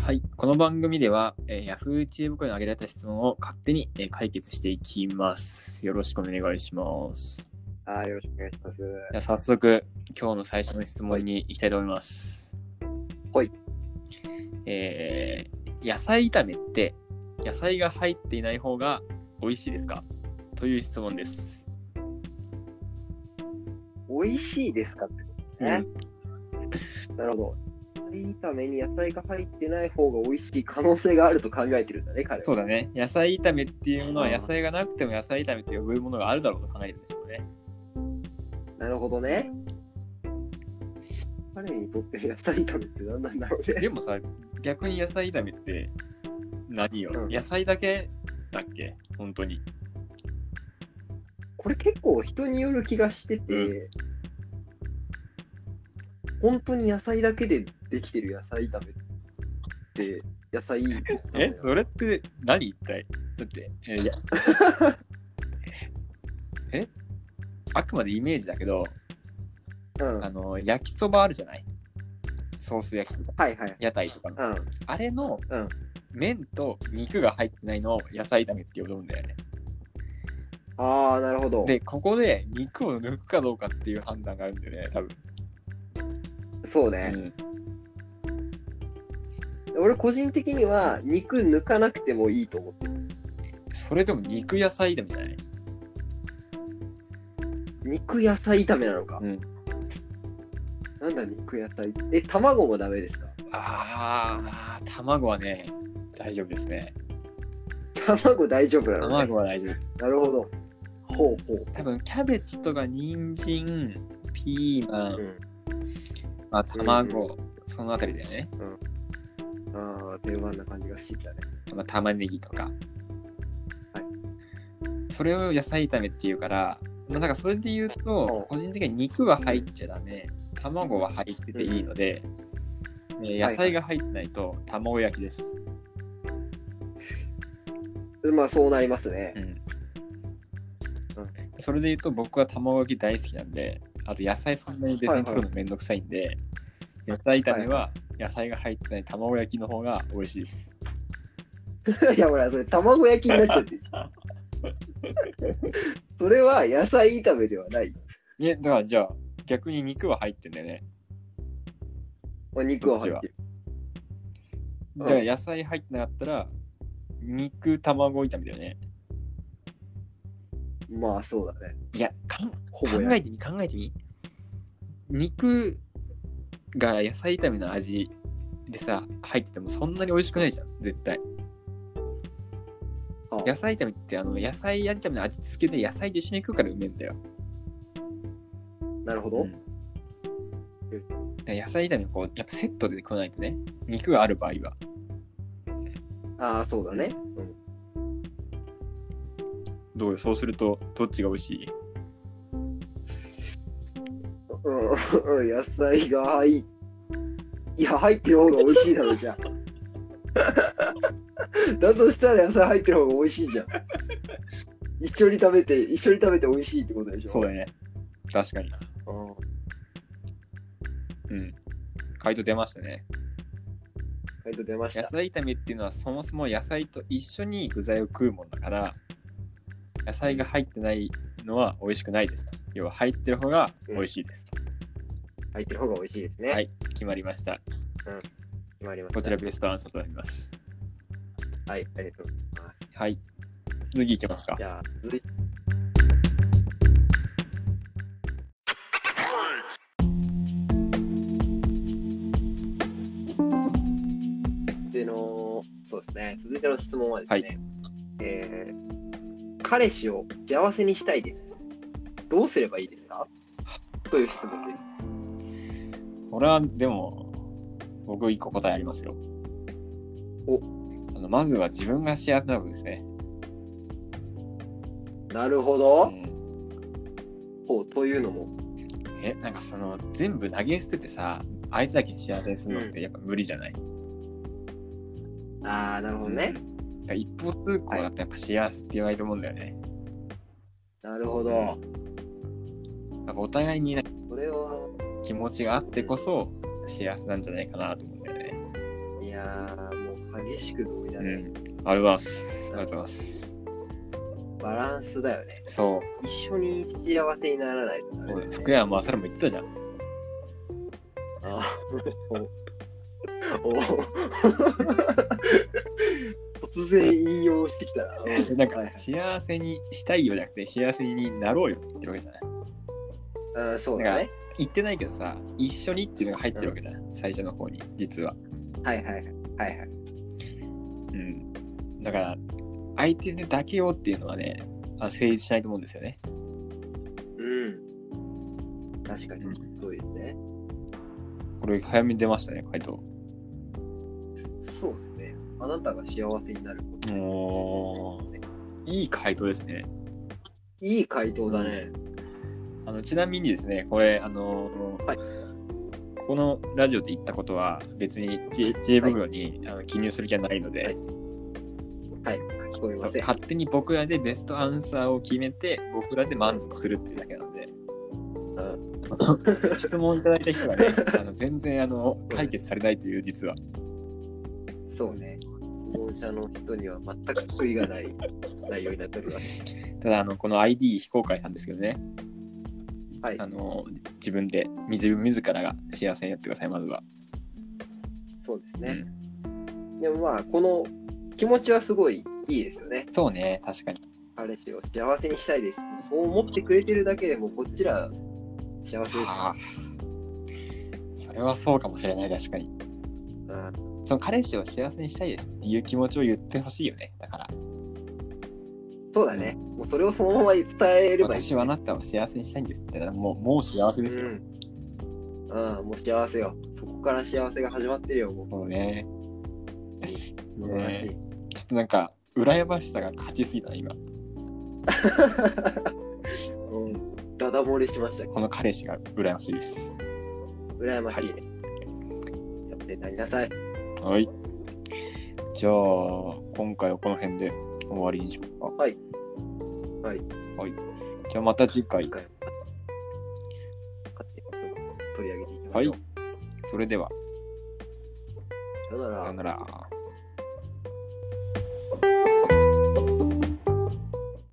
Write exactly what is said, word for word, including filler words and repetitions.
はい、この番組では、えー、Yahoo! 知恵袋に挙げられた質問を勝手に、えー解決していきます。よろしくお願いします。 はい、よろしくお願いします。 じゃあ早速、今日の最初の質問に行きたいと思います。 はい。 えー、野菜炒めって野菜が入っていない方が美味しいですか？という質問です。 美味しいですかってことね。うん、なるほど。野菜炒めに野菜が入ってない方が美味しい可能性があると考えてるんだね、彼は。 そうだね。野菜炒めっていうものは野菜がなくても野菜炒めと呼ぶものがあるだろうと考えてるんでしょうね。 なるほどね。彼にとって野菜炒めって何なんだろうね。 でもさ、逆に野菜炒めって何よ、うん、野菜だけだっけ本当に。 これ結構人による気がしてて、うん、本当に野菜だけでできてる野菜炒めって野菜えそれって何一体だってえいやえあくまでイメージだけど、うん、あの焼きそばあるじゃない、ソース焼きそば、 はいはい、 屋台とかの、うん、あれの、 うん、 麺と肉が入ってないのを野菜炒めって呼ぶんだよね。 ああ、なるほど。 でここで肉を抜くかどうかっていう判断があるんだよね、多分。 そうね、うん、俺個人的には肉抜かなくてもいいと思ってる。 それでも肉野菜炒めじゃない？ 肉野菜炒めなのか、うん、なんだ肉野菜、え、卵もダメですか？ ああ、卵はね大丈夫ですね。 卵大丈夫なのね。 卵は大丈夫。 なるほど。ほうほう。 多分キャベツとか人参、ピーマン、うん、まあ、卵、うんうん、そのあたりだよね。 うん、ああ、定番な感じがしてきたね。 まあ、玉ねぎとか。 はい。 それを野菜炒めっていうから、まあ、なんかそれで言うと、個人的に肉は入っちゃダメ、卵は入ってていいので、うん、えー、野菜が入ってないと卵焼きです。 はいはい、まあそうなりますね。 うん。それで言うと僕は卵焼き大好きなんで、あと野菜そんなに別に取るのめんどくさいんで、はいはい、野菜炒めは野菜が入ってない卵焼きの方が美味しいです。 いやほらそれ卵焼きになっちゃってるじゃん。それは野菜炒めではない。 いやだからじゃあ逆に肉は入ってんだよね。 肉は入ってる。 じゃあ野菜入ってなかったら肉卵炒めだよね。 まあそうだね。 いやかん考えてみ考えてみ。肉が野菜炒めの味でさ入っててもそんなに美味しくないじゃん絶対。ああ、野菜炒めってあの野菜炒めの味付けで野菜と一緒に食うからうめえんだよ。 なるほど。うん、 野菜炒めこうやっぱセットで食わないとね、肉がある場合は。 ああそうだね。うん、 どうよ、そうするとどっちが美味しい？ うん、野菜が入っいや入ってる方が美味しいだろじゃあ。だとしたら野菜入ってる方が美味しいじゃん。一緒に食べて一緒に食べて美味しいってことでしょ。 そうだね。確かに。うん。回答出ましたね。 回答出ました。 野菜炒めっていうのはそもそも野菜と一緒に具材を食うもんだから、野菜が入ってないのは美味しくないですと。要は入ってる方が美味しいですと。 うん、入ってる方が美味しいですね。 はい、決まりました。 うん、決まりました。 こちらベストアンサーとなります。 はい、ありがとうございます。 はい、次いきますか。 じゃあ続いて。でのそうですね。続いての質問はですね。はい、えー、彼氏を幸せにしたいです。どうすればいいですか？という質問です。 これはでも僕一個答えありますよ。 お、 あのまずは自分が幸せなことですね。 なるほど。うん、ほう、というのもえ、なんかその全部投げ捨ててさ、相手だけ幸せにするのってやっぱ無理じゃない？ うん、ああ、なるほどね。 だ一方通行だとやっぱ幸せって言わないと思うんだよね。 なるほど。 やっぱお互いにそれは気持ちがあってこそ幸せなんじゃないかなと思うんだよね。 いいやー、もう激しく同意だね。 うん。ありがとうございます。ありがとうございます。 バランスだよね。 そう。 一緒に幸せにならないとダメだよね。 福山雅治も言ってたじゃん。 あおお突然引用してきたな。 なんか、幸せにしたいよじゃなくて、幸せになろうよって言ってるわけじゃない。 あそうだね。 言ってないけどさ、一緒にっていうのが入ってるわけじゃない、うん、最初の方に、実は。 はいはいはい。はいはい。 うん。だから、相手でだけをっていうのはね、あ成立しないと思うんですよね。 うん。確かに、そうですね。 これ、早めに出ましたね、回答。 そうですね。あなたが幸せになること。 おー、いい回答ですね。 いい回答だね。 あのちなみにですね、これ、あのーはい、このラジオで言ったことは、別に知恵袋に、はい、あの記入する気はないので、はいはい、書き込みません。 勝手に僕らでベストアンサーを決めて、僕らで満足するっていうだけなので、うん、質問いただいた人はね、あの全然あの解決されないという、実は。 そうね。質問者の人には全く救いがない内容になっております。 ただあの、この アイディー 非公開なんですけどね、はい、あの自分で自分自らが幸せになってください、まずは。 そうですね。うん、でもまあ、この気持ちはすごいいいですよね。 そうね、確かに。 彼氏を幸せにしたいです。そう思ってくれてるだけでも、こっちら幸せです、はあ。 それはそうかもしれない、確かに。うん、その彼氏を幸せにしたいですっていう気持ちを言ってほしいよね、だから。 そうだね、うん。もうそれをそのまま伝えればいい、ね。 私はあなたを幸せにしたいんですって言ったら、もう、もう幸せですよ。 うん、うん、もう幸せよ。そこから幸せが始まってるよ、もう。 そうね。 素晴らしい。 ちょっとなんか、羨ましさが勝ちすぎたな、今。 うん、ダダ漏れしました。 この彼氏が羨ましいです。 羨ましいね。はい、やってなりなさい。 はい。じゃあ、今回はこの辺で終わりにしますか。 はい。はい。 はい。じゃあまた次回。次回取り上げていきましょう。 はい。それでは。 さよなら。 さよなら。